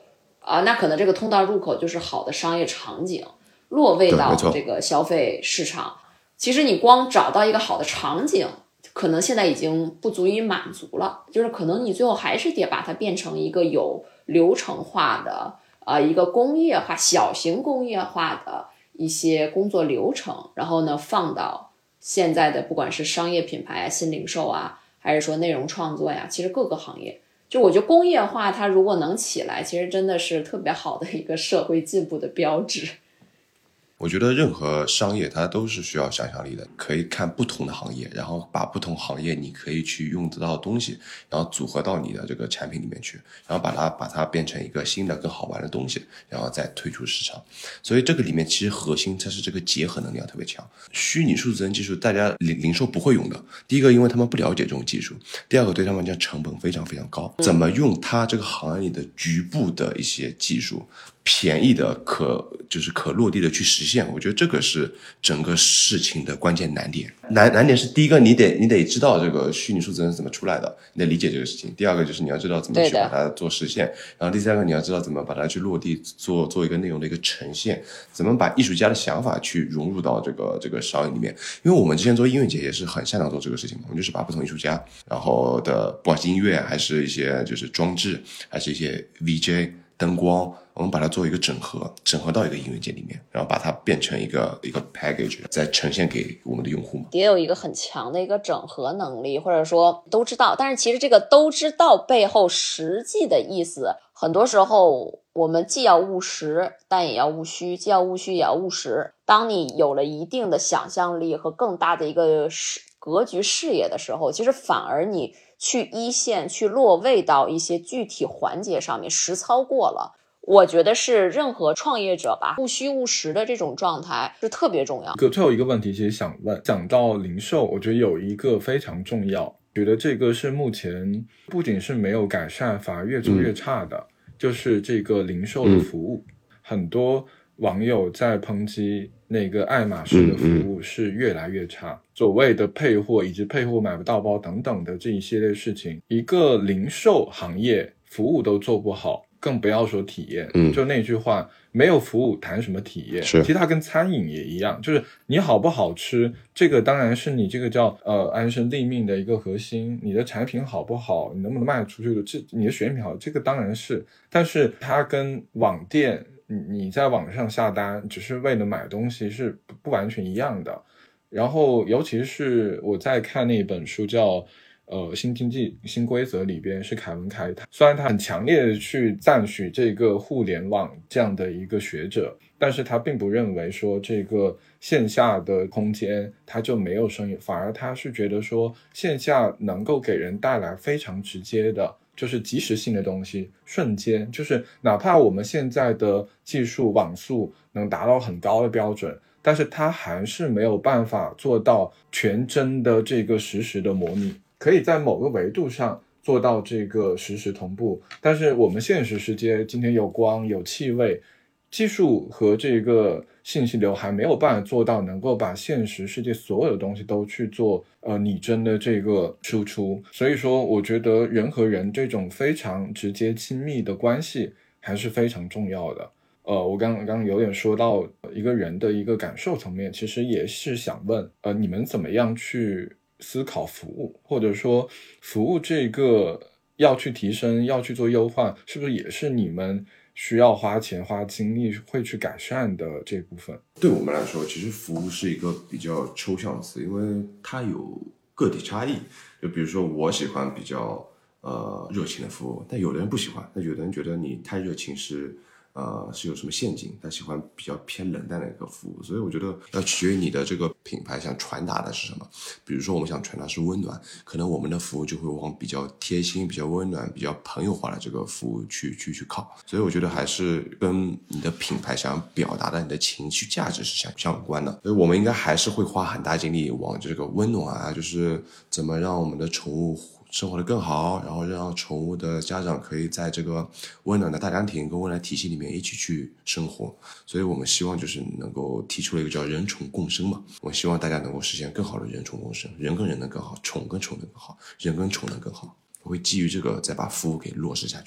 那可能这个通道入口就是好的商业场景，落位到这个消费市场。其实你光找到一个好的场景，可能现在已经不足以满足了，就是可能你最后还是得把它变成一个有流程化的一个工业化、小型工业化的一些工作流程，然后呢放到现在的不管是商业品牌啊、新零售啊，还是说内容创作呀，其实各个行业，就我觉得工业化它如果能起来，其实真的是特别好的一个社会进步的标志。 我觉得任何商业它都是需要想象力的，可以看不同的行业，然后把不同行业你可以去用得到的东西，然后组合到你的这个产品里面去，然后把它变成一个新的更好玩的东西，然后再推出市场。所以这个里面其实核心它是这个结合能力要特别强。虚拟数字人技术大家零售不会用的，第一个因为他们不了解这种技术，第二个对他们讲成本非常非常高，怎么用它这个行业里的局部的一些技术便宜的可落地的去实现，我觉得这个是整个事情的关键难点。难点是第一个，你得知道这个虚拟数字人是怎么出来的，你得理解这个事情。第二个就是你要知道怎么去把它做实现，然后第三个你要知道怎么把它去落地做一个内容的一个呈现，怎么把艺术家的想法去融入到这个商业里面。因为我们之前做音乐节也是很擅长做这个事情嘛，我们就是把不同艺术家，然后的不管是音乐还是一些就是装置，还是一些 VJ 灯光，我们把它做一个整合到一个音乐节里面，然后把它变成一个 package， 再呈现给我们的用户嘛。 也有一个很强的一个整合能力，或者说都知道，但是其实这个都知道背后实际的意思，很多时候我们既要务实，但也要务虚，既要务虚也要务实。当你有了一定的想象力和更大的一个格局视野的时候，其实反而你去一线去落位到一些具体环节上面实操过了，我觉得是任何创业者吧，务虚务实的这种状态是特别重要。 最后一个问题其实想问，讲到零售，我觉得有一个非常重要，觉得这个是目前不仅是没有改善，反而越做越差的，就是这个零售的服务。很多网友在抨击那个爱马仕的服务是越来越差，所谓的配货以及配货买不到包等等的这一系列事情，一个零售行业服务都做不好，更不要说体验。就那句话，没有服务谈什么体验。其实它跟餐饮也一样，就是你好不好吃，这个当然是你这个叫安身立命的一个核心。你的产品好不好，你能不能卖得出去，你的选品好，这个当然是。但是它跟网店你在网上下单只是为了买东西是不完全一样的。然后尤其是我在看那本书叫新经济新规则里边，是凯文凯他，虽然他很强烈的去赞许这个互联网这样的一个学者，但是他并不认为说这个线下的空间他就没有生意，反而他是觉得说线下能够给人带来非常直接的就是即时性的东西，瞬间，就是哪怕我们现在的技术网速能达到很高的标准，但是它还是没有办法做到全真的这个实时的模拟。可以在某个维度上做到这个实时同步，但是我们现实世界今天有光有气味，技术和这个信息流还没有办法做到能够把现实世界所有的东西都去做拟真的这个输出。所以说我觉得人和人这种非常直接亲密的关系还是非常重要的。我刚刚有点说到一个人的一个感受层面，其实也是想问你们怎么样去思考服务，或者说服务这个要去提升要去做优化，是不是也是你们需要花钱花精力会去改善的这部分？ 对我们来说其实服务是一个比较抽象的词，因为它有个体差异。就比如说我喜欢比较热情的服务，但有的人不喜欢，那有的人觉得你太热情是有什么陷阱，他喜欢比较偏冷淡的一个服务。所以我觉得要取决于你的这个品牌想传达的是什么。比如说我们想传达是温暖，可能我们的服务就会往比较贴心比较温暖比较朋友化的这个服务去靠。所以我觉得还是跟你的品牌想表达的你的情绪价值是相关的。所以我们应该还是会花很大精力往这个温暖啊，就是怎么让我们的宠物生活得更好，然后让宠物的家长可以在这个温暖的大家庭跟温暖体系里面一起去生活。所以我们希望就是能够提出了一个叫人宠共生嘛，我们希望大家能够实现更好的人宠共生，人跟人能更好，宠跟宠能更好，人跟宠能更好。我会基于这个再把服务给落实下去。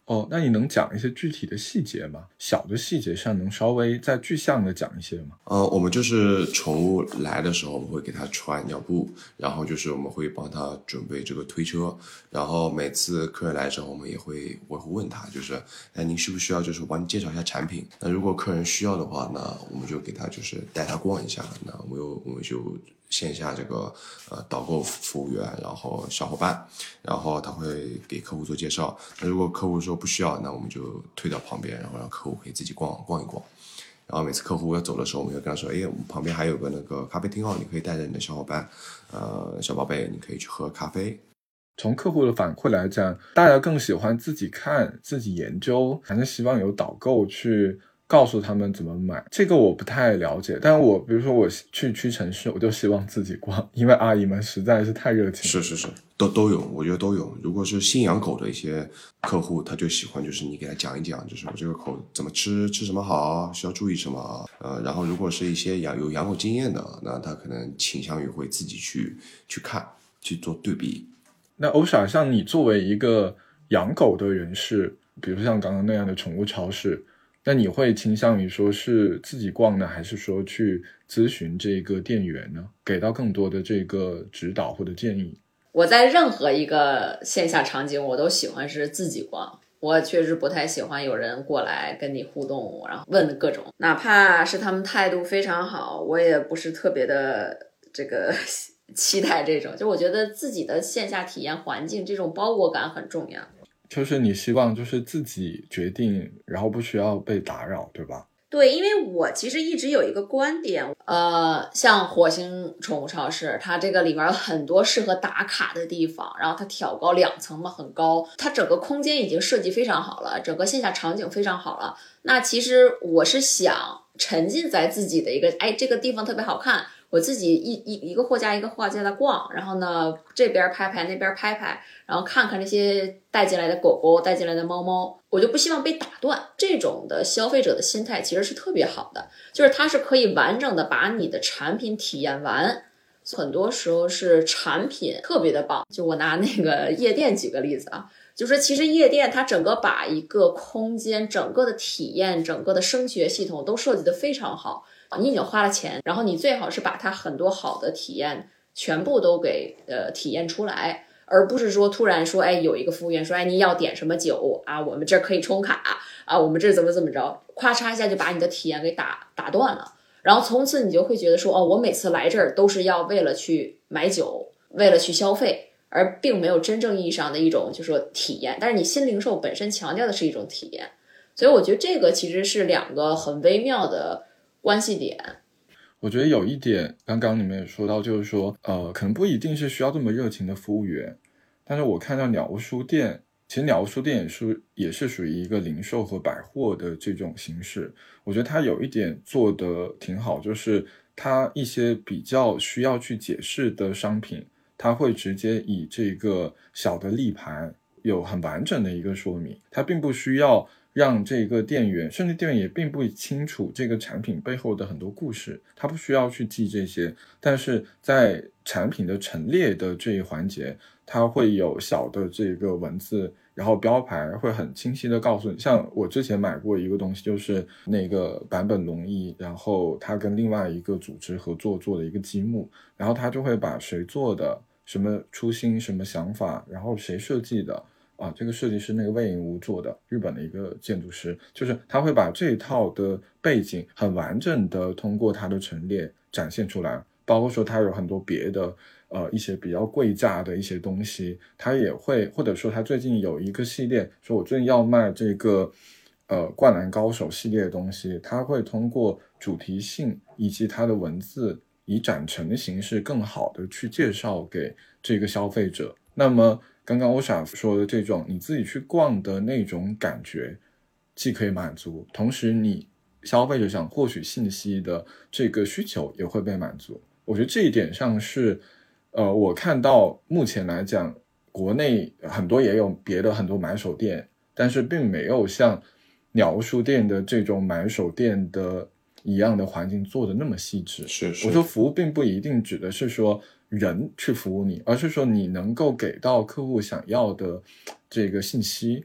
哦，那你能讲一些具体的细节吗？小的细节上能稍微再具象的讲一些吗？ 我们就是宠物来的时候，我们会给它穿尿布，然后就是我们会帮它准备这个推车，然后每次客人来的时候，我会问他，就是您需不需要就是帮你介绍一下产品？那如果客人需要的话，那我们就给他就是带他逛一下，那我们就线下这个导购服务员，然后小伙伴，然后他会给客户做介绍。那如果客户说不需要，那我们就推到旁边，然后让客户可以自己逛一逛。然后每次客户要走的时候，我们就跟他说：“哎，我们旁边还有个那个咖啡厅哦，你可以带着你的小伙伴，小宝贝，你可以去喝咖啡。” 从客户的反馈来讲，大家更喜欢自己看、自己研究，还是希望有导购去告诉他们怎么买？这个我不太了解。但我比如说我去屈臣氏，我就希望自己逛，因为阿姨们实在是太热情了。 是，都有，我觉得都有。如果是新养狗的一些客户，他就喜欢就是你给他讲一讲，就是我这个狗怎么吃什么好，需要注意什么。然后如果是一些有养狗经验的，那他可能倾向于会自己去看，去做对比。 那欧莎，像你作为一个养狗的人士，比如像刚刚那样的宠物超市，那你会倾向于说是自己逛呢，还是说去咨询这个店员呢，给到更多的这个指导或者建议？ 我在任何一个线下场景，我都喜欢是自己逛。我确实不太喜欢有人过来跟你互动，然后问各种，哪怕是他们态度非常好，我也不是特别的这个期待这种。就我觉得自己的线下体验环境这种包裹感很重要。 就是你希望就是自己决定，然后不需要被打扰，对吧？ 对，因为我其实一直有一个观点，像火星宠物超市，它这个里面有很多适合打卡的地方，然后它挑高2层嘛，很高，它整个空间已经设计非常好了，整个线下场景非常好了。那其实我是想沉浸在自己的一个，这个地方特别好看，我自己一个货架一个货架的逛，然后呢这边拍拍那边拍拍，然后看看这些带进来的狗狗带进来的猫猫，我就不希望被打断。这种的消费者的心态其实是特别好的，就是它是可以完整的把你的产品体验完。很多时候是产品特别的棒，就我拿那个夜店举个例子啊，就是其实夜店它整个把一个空间整个的体验整个的声学系统都设计得非常好，你已经花了钱，然后你最好是把它很多好的体验全部都给体验出来，而不是说突然说有一个服务员说你要点什么酒啊，我们这可以充卡啊，我们这怎么着，咔嚓一下就把你的体验给打断了。然后从此你就会觉得说我每次来这儿都是要为了去买酒，为了去消费，而并没有真正意义上的一种就是说体验。但是你新零售本身强调的是一种体验，所以我觉得这个其实是两个很微妙的关系点。 我觉得有一点刚刚你们也说到，就是说可能不一定是需要这么热情的服务员，但是我看到鸟屋书店，其实鸟屋书店也是属于一个零售和百货的这种形式，我觉得它有一点做得挺好，就是它一些比较需要去解释的商品，它会直接以这个小的立牌有很完整的一个说明，它并不需要让这个店员，甚至店员也并不清楚这个产品背后的很多故事，他不需要去记这些，但是在产品的陈列的这一环节，它会有小的这个文字，然后标牌会很清晰的告诉你。像我之前买过一个东西，就是那个坂本龙一，然后他跟另外一个组织合作做的一个积木，然后他就会把谁做的，什么初心，什么想法，然后谁设计的这个设计师那个魏银屋做的，日本的一个建筑师，就是他会把这一套的背景很完整的通过他的陈列展现出来，包括说他有很多别的一些比较贵价的一些东西，他也会，或者说他最近有一个系列，说我最近要卖这个灌篮高手系列的东西，他会通过主题性以及他的文字以展陈的形式更好的去介绍给这个消费者。那么刚刚欧莎说的这种你自己去逛的那种感觉既可以满足，同时你消费者想获取信息的这个需求也会被满足。我觉得这一点上是我看到目前来讲国内很多也有别的很多买手店，但是并没有像鸟屋书店的这种买手店的一样的环境做的那么细致。 是我说服务并不一定指的是说人去服务你，而是说你能够给到客户想要的这个信息，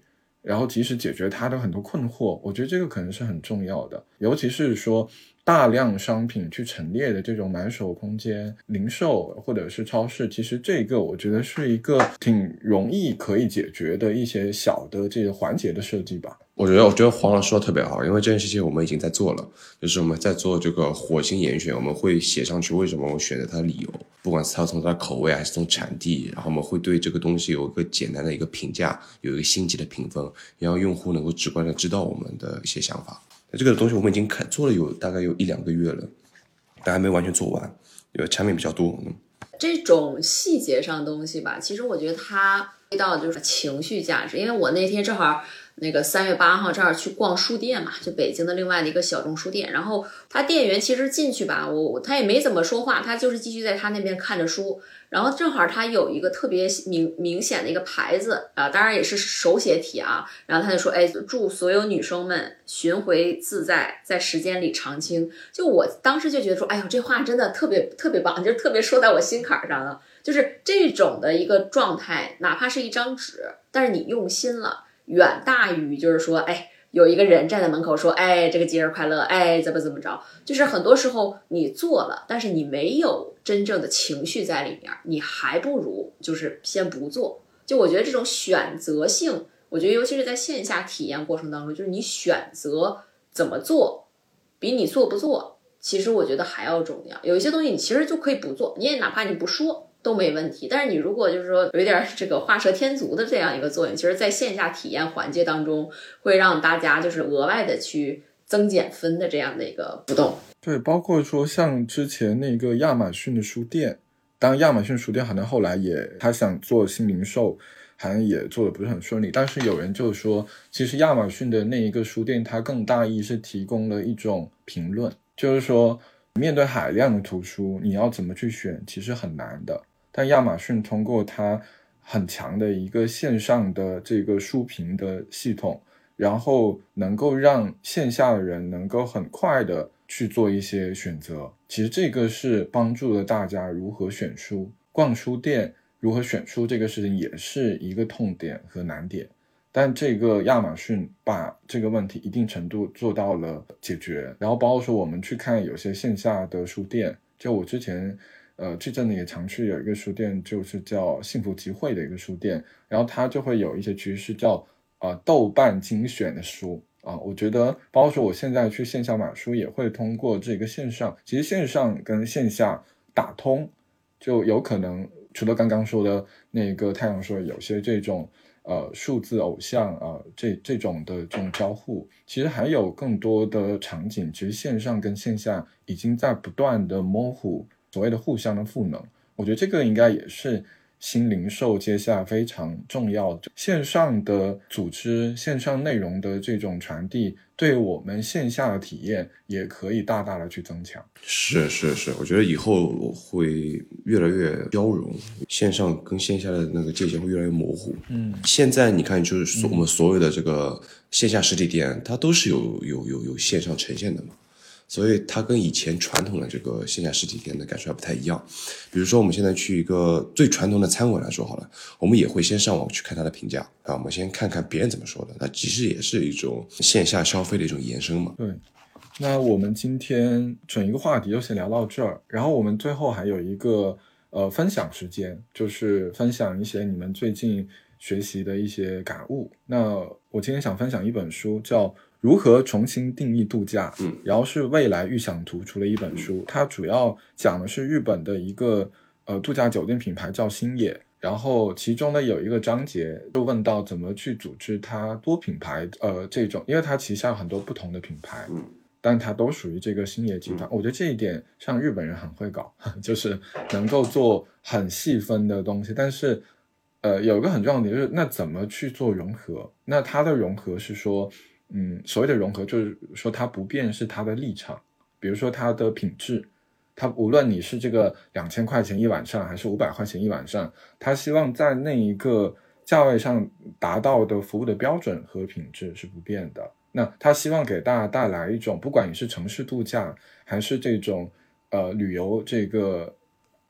然后及时解决他的很多困惑，我觉得这个可能是很重要的。尤其是说大量商品去陈列的这种买手空间、零售或者是超市，其实这个我觉得是一个挺容易可以解决的一些小的这个环节的设计吧。 我觉得黄老师说的特别好，因为这件事情我们已经在做了，就是我们在做这个火星严选，我们会写上去为什么我选择它的理由，不管是它从它的口味还是从产地，然后我们会对这个东西有一个简单的一个评价，有一个星级的评分，让用户能够直观的知道我们的一些想法。这个东西我们已经做了大概有1-2个月了，但还没完全做完，因为产品比较多。 这种细节上的东西吧，其实我觉得它回到就是情绪价值。因为我那天正好那个3月8号正好去逛书店嘛，就北京的另外的一个小众书店，然后他店员其实进去吧，他也没怎么说话，他就是继续在他那边看着书，然后正好他有一个特别明显的一个牌子当然也是手写体啊，然后他就说祝所有女生们寻回自在，在时间里常青。就我当时就觉得说，哎呦，这话真的特别特别棒，就特别说在我心坎上了。就是这种的一个状态，哪怕是一张纸，但是你用心了，远大于就是说有一个人站在门口说这个节日快乐，怎么着。就是很多时候你做了，但是你没有真正的情绪在里面，你还不如就是先不做。就我觉得这种选择性，我觉得尤其是在线下体验过程当中，就是你选择怎么做比你做不做其实我觉得还要重要。有一些东西你其实就可以不做，你也哪怕你不说都没问题，但是你如果就是说有一点这个画蛇添足的这样一个作用，其实在线下体验环节当中会让大家就是额外的去增减分的这样的一个不动。 对，包括说像之前那个亚马逊的书店，当然亚马逊书店好像后来他想做新零售好像也做的不是很顺利，但是有人就说其实亚马逊的那一个书店它更大意是提供了一种评论，就是说面对海量的图书你要怎么去选其实很难的，但亚马逊通过它很强的一个线上的这个书评的系统，然后能够让线下的人能够很快的去做一些选择。其实这个是帮助了大家如何选书，逛书店如何选书这个事情也是一个痛点和难点，但这个亚马逊把这个问题一定程度做到了解决。然后包括说我们去看有些线下的书店，就我之前这阵子也常去有一个书店，就是叫幸福集会的一个书店，然后它就会有一些趋势叫豆瓣精选的书我觉得包括说我现在去线下买书也会通过这个线上，其实线上跟线下打通，就有可能除了刚刚说的那个太阳说有些这种数字偶像这种的这种交互，其实还有更多的场景，其实线上跟线下已经在不断的模糊所谓的互相的赋能。我觉得这个应该也是新零售接下来非常重要的，线上的组织线上内容的这种传递对我们线下的体验也可以大大的去增强。 是，我觉得以后会越来越交融，线上跟线下的那个界限会越来越模糊。现在你看就是我们所有的这个线下实体店它都是有线上呈现的嘛，所以它跟以前传统的这个线下实体店的感受还不太一样。比如说我们现在去一个最传统的餐馆来说好了，我们也会先上网去看它的评价我们先看看别人怎么说的，那其实也是一种线下消费的一种延伸嘛。 对，那我们今天整一个话题就先聊到这儿，然后我们最后还有一个分享时间，就是分享一些你们最近学习的一些感悟。那我今天想分享一本书叫如何重新定义度假，然后是未来预想图出了一本书，它主要讲的是日本的一个度假酒店品牌叫星野，然后其中呢有一个章节就问到怎么去组织它多品牌这种，因为它旗下有很多不同的品牌但它都属于这个星野集团。我觉得这一点像日本人很会搞，就是能够做很细分的东西，但是有一个很重要的点就是那怎么去做融合。那它的融合是说所谓的融合就是说它不变是它的立场，比如说它的品质，它无论你是这个2000块钱一晚上还是500块钱一晚上，它希望在那一个价位上达到的服务的标准和品质是不变的。那他希望给大家带来一种不管你是城市度假还是这种旅游这个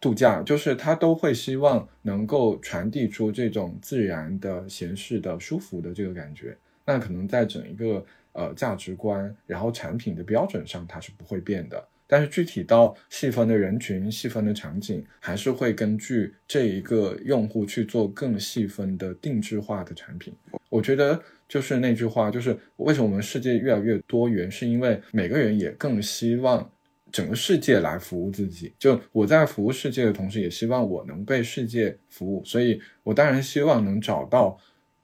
度假，就是他都会希望能够传递出这种自然的闲适的舒服的这个感觉。那可能在整一个价值观然后产品的标准上它是不会变的，但是具体到细分的人群细分的场景还是会根据这一个用户去做更细分的定制化的产品。我觉得就是那句话，就是为什么我们世界越来越多元，是因为每个人也更希望整个世界来服务自己，就我在服务世界的同时也希望我能被世界服务，所以我当然希望能找到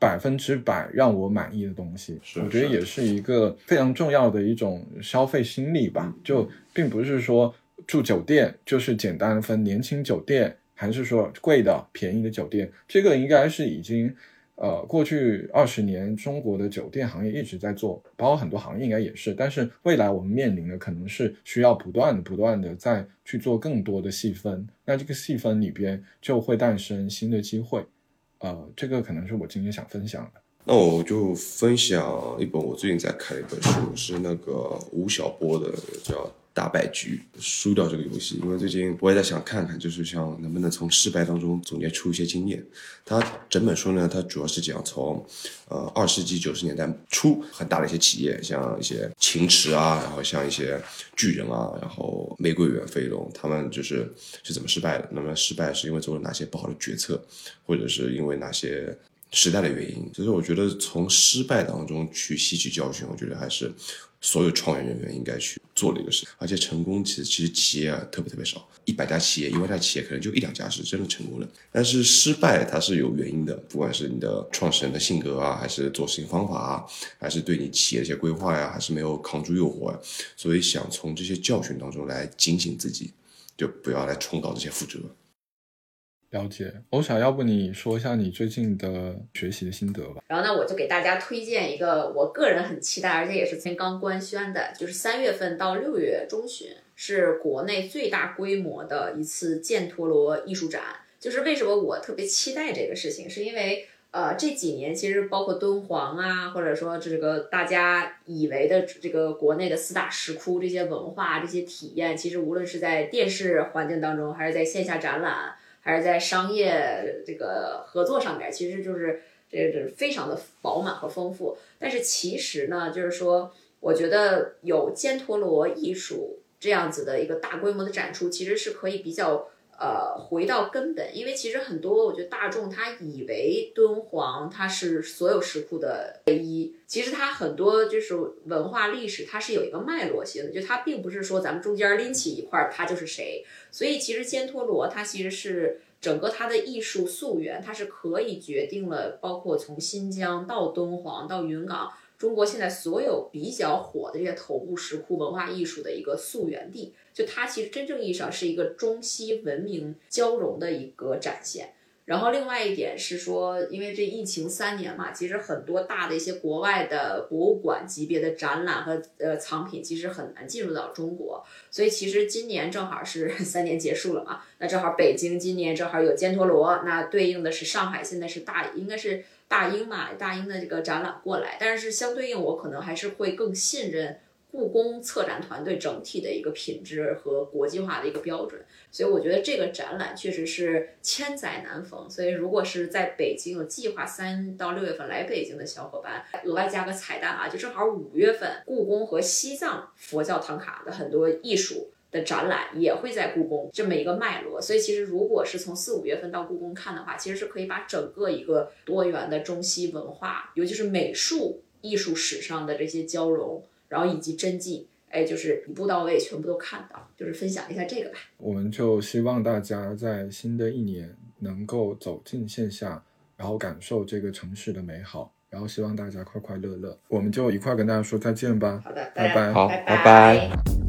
100%让我满意的东西。我觉得也是一个非常重要的一种消费心理吧，就并不是说住酒店就是简单的分年轻酒店还是说贵的便宜的酒店，这个应该是已经过去20年中国的酒店行业一直在做，包括很多行业应该也是，但是未来我们面临的可能是需要不断的再去做更多的细分，那这个细分里边就会诞生新的机会。这个可能是我今天想分享的。 那我就分享一本我最近在看的一本书，是那个吴晓波的，叫大败局，输掉这个游戏。因为最近我也在想看看，就是像能不能从失败当中总结出一些经验。他整本书呢，它主要是讲从20世纪90年代初很大的一些企业，像一些秦驰啊，然后像一些巨人啊，然后玫瑰园、飞龙，他们是怎么失败的？那么失败是因为做了哪些不好的决策，或者是因为哪些时代的原因？所以我觉得从失败当中去吸取教训，我觉得还是所有创业人员应该去做的一个事。而且成功其实企业特别少，100家企业1万家企业可能就1-2家是真的成功的，但是失败它是有原因的，不管是你的创始人的性格啊，还是做事情方法啊，还是对你企业的一些规划呀，还是没有扛住诱惑呀。所以想从这些教训当中来警醒自己，就不要来重蹈这些覆辙。 了解。欧莎，要不你说一下你最近的学习的心得吧。 然后呢，我就给大家推荐一个我个人很期待，而且也是才刚官宣的，就是3月份到6月中旬是国内最大规模的一次犍陀罗艺术展。就是为什么我特别期待这个事情，是因为这几年其实包括敦煌啊，或者说这个大家以为的这个国内的4大石窟，这些文化这些体验，其实无论是在电视环境当中，还是在线下展览，还是在商业这个合作上面，其实就是这非常的饱满和丰富。但是其实呢，就是说我觉得有犍陀罗艺术这样子的一个大规模的展出，其实是可以比较回到根本。因为其实很多我觉得大众他以为敦煌它是所有石窟的唯一，其实它很多就是文化历史它是有一个脉络性的，就它并不是说咱们中间拎起一块它就是谁。所以其实犍陀罗它其实是整个它的艺术溯源，它是可以决定了包括从新疆到敦煌到云冈，中国现在所有比较火的这些头部石窟文化艺术的一个溯源地，就它其实真正意义上是一个中西文明交融的一个展现。然后另外一点是说，因为这疫情3年嘛，其实很多大的一些国外的博物馆级别的展览和藏品其实很难进入到中国，所以其实今年正好是3年结束了嘛，那正好北京今年正好有犍陀罗，那对应的是上海现在是应该是大英嘛，大英的这个展览过来，但是相对应我可能还是会更信任故宫策展团队整体的一个品质和国际化的一个标准，所以我觉得这个展览确实是千载难逢。所以如果是在北京有计划3到6月份来北京的小伙伴，额外加个彩蛋啊，就正好5月份故宫和西藏佛教唐卡的很多艺术的展览也会在故宫，这么一个脉络。所以其实如果是从4、5月份到故宫看的话，其实是可以把整个一个多元的中西文化，尤其是美术艺术史上的这些交融，然后以及真迹，就是一步到位全部都看到，就是分享一下这个吧。 我们就希望大家在新的一年能够走进线下，然后感受这个城市的美好，然后希望大家快快乐乐。我们就一块跟大家说再见吧。 好的， 拜拜。 好， 拜拜拜。